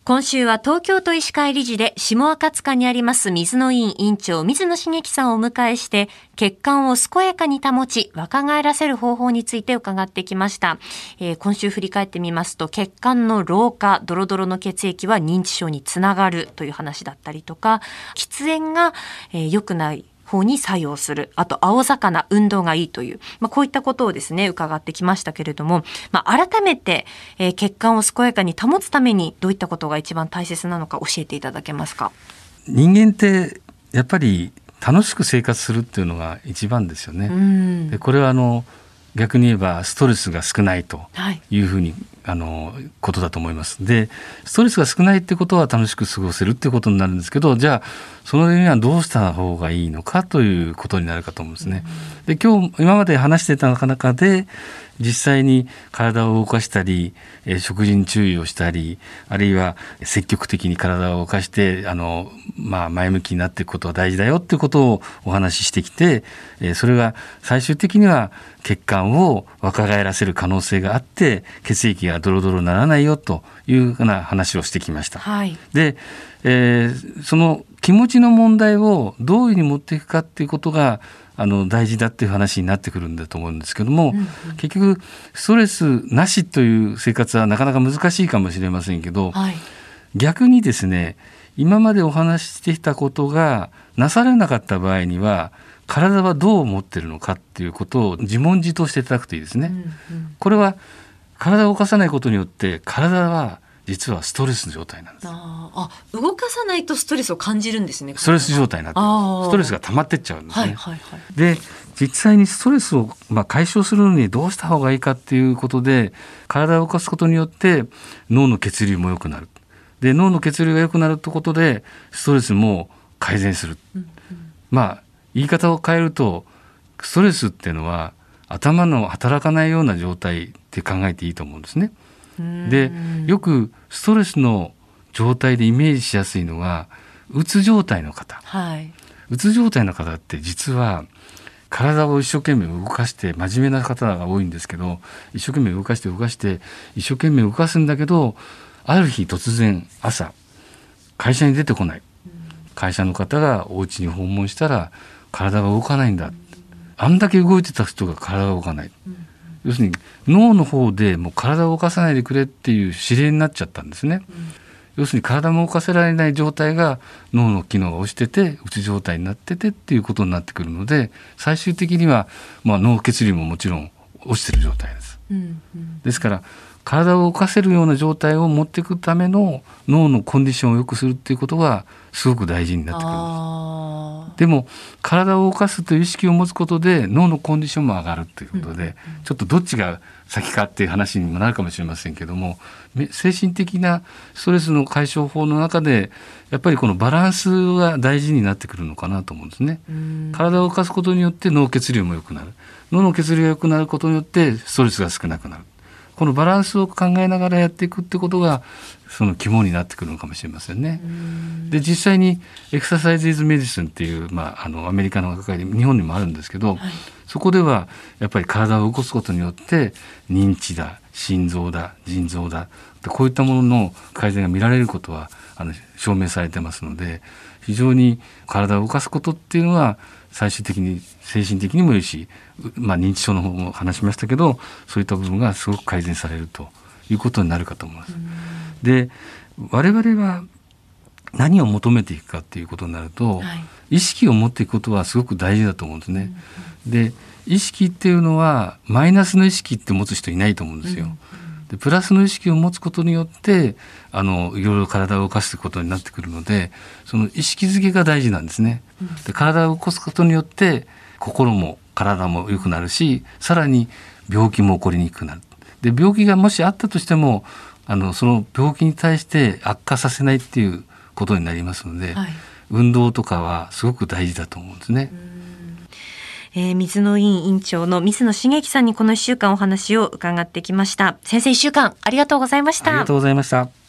今週は東京都医師会理事で下赤塚にあります水野院院長水野茂樹さんをお迎えして血管を健やかに保ち若返らせる方法について伺ってきました。今週振り返ってみますと血管の老化、ドロドロの血液は認知症につながるという話だったりとか、喫煙が良くない方に作用する、あと青魚、運動がいいという、こういったことをですね伺ってきましたけれども、改めて、血管を健やかに保つためにどういったことが一番大切なのか教えていただけますか。 人間ってやっぱり楽しく生活するっていうのが一番ですよね。でこれは逆に言えばストレスが少ないというふうに、ことだと思います。でストレスが少ないってことは楽しく過ごせるってことになるんですけど、じゃあそのにはどうした方がいいのかということになるかと思うんですね。で今まで話していた中で実際に体を動かしたり、食事に注意をしたり、あるいは積極的に体を動かして前向きになっていくことは大事だよっていうことをお話ししてきて、それが最終的には血管を若返らせる可能性があって血液がドロドロにならないよというような話をしてきました。で、その気持ちの問題をどういうふうに持っていくかっていうことが大事だっていう話になってくるんだと思うんですけども、結局ストレスなしという生活はなかなか難しいかもしれませんけど、逆にですね今までお話ししてきたことがなされなかった場合には体はどう思っているのかっていうことを自問自答していただくといいですね。これは体を動かさないことによって体は実はストレスの状態なんです。 動かさないとストレスを感じるんですね。 ストレス状態になってストレスが溜まってっちゃうんですね。で実際にストレスを解消するのにどうした方がいいかっていうことで体を動かすことによって脳の血流も良くなる。で脳の血流が良くなるってことでストレスも改善する。言い方を変えるとストレスっていうのは頭の働かないような状態って考えていいと思うんですね。でよくストレスの状態でイメージしやすいのがうつ状態の方、うつ状態の方って実は体を一生懸命動かして真面目な方が多いんですけど、一生懸命動かして一生懸命動かすんだけどある日突然朝会社に出てこない、会社の方がお家に訪問したら体が動かないんだ、あんだけ動いてた人が体が動かない、要するに脳の方でもう体を動かさないでくれっていう指令になっちゃったんですね。要するに体も動かせられない状態が脳の機能が落ちててうつ状態になっててっていうことになってくるので、最終的には脳血流ももちろん落ちてる状態です。ですから体を動かせるような状態を持っていくための脳のコンディションを良くするっていうことがすごく大事になってくるんです。でも体を動かすという意識を持つことで脳のコンディションも上がるということで、ちょっとどっちが先かっていう話にもなるかもしれませんけども、精神的なストレスの解消法の中でやっぱりこのバランスが大事になってくるのかなと思うんですね。体を動かすことによって脳血流も良くなる、脳の血流が良くなることによってストレスが少なくなる、このバランスを考えながらやっていくってことがその肝になってくるのかもしれませんね。で実際にエクササイズ・イズ・メディスンっていう、アメリカの学会で日本にもあるんですけど、そこではやっぱり体を動かすことによって認知だ、心臓だ、腎臓だ、こういったものの改善が見られることは証明されてますので、非常に体を動かすことっていうのは最終的に精神的にもいいし、認知症の方も話しましたけど、そういった部分がすごく改善されるということになるかと思います。で我々は何を求めていくかっていうことになると、意識を持っていくことはすごく大事だと思うんですね。で意識っていうのはマイナスの意識って持つ人いないと思うんですよ。でプラスの意識を持つことによっていろいろ体を動かすことになってくるので、その意識づけが大事なんですね。で体を動かすことによって心も体も良くなるし、さらに病気も起こりにくくなる。で病気がもしあったとしてもその病気に対して悪化させないっていうことになりますので、運動とかはすごく大事だと思うんですね。 水野院院長の水野茂樹さんにこの1週間お話を伺ってきました。先生、1週間ありがとうございました。 ありがとうございました。